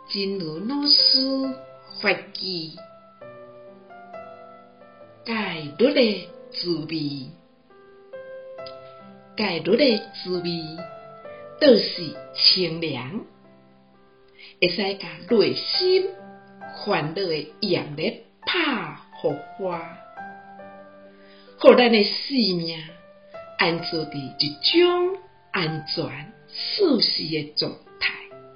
真如老师发记，戒律的滋味，戒律的滋味，就是清凉，会使甲内心烦恼的业力拍互花，互咱的生命安住伫一种安全舒适的状态。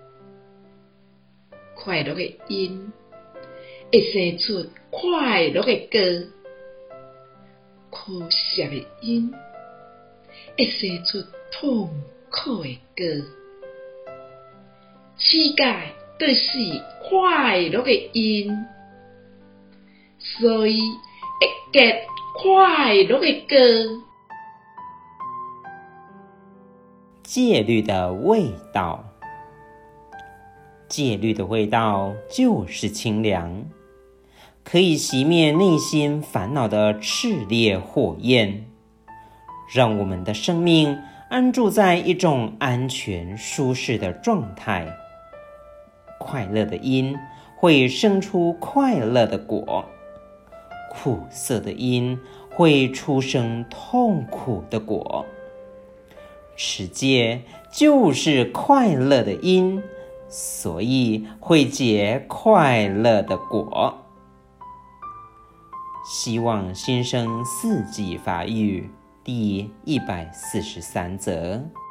快乐的因会生出快乐的果，苦涩的因会生出痛苦的果。世界就是快乐的因，所以会结快乐的果。 戒律的味道，戒律的味道就是清凉，可以熄灭内心烦恼的炽烈火焰，让我们的生命安住在一种安全舒适的状态。快乐的因会生出快乐的果，苦涩的因会出生痛苦的果。持戒就是快乐的因，所以会结快乐的果。希望新生四季法语第143则。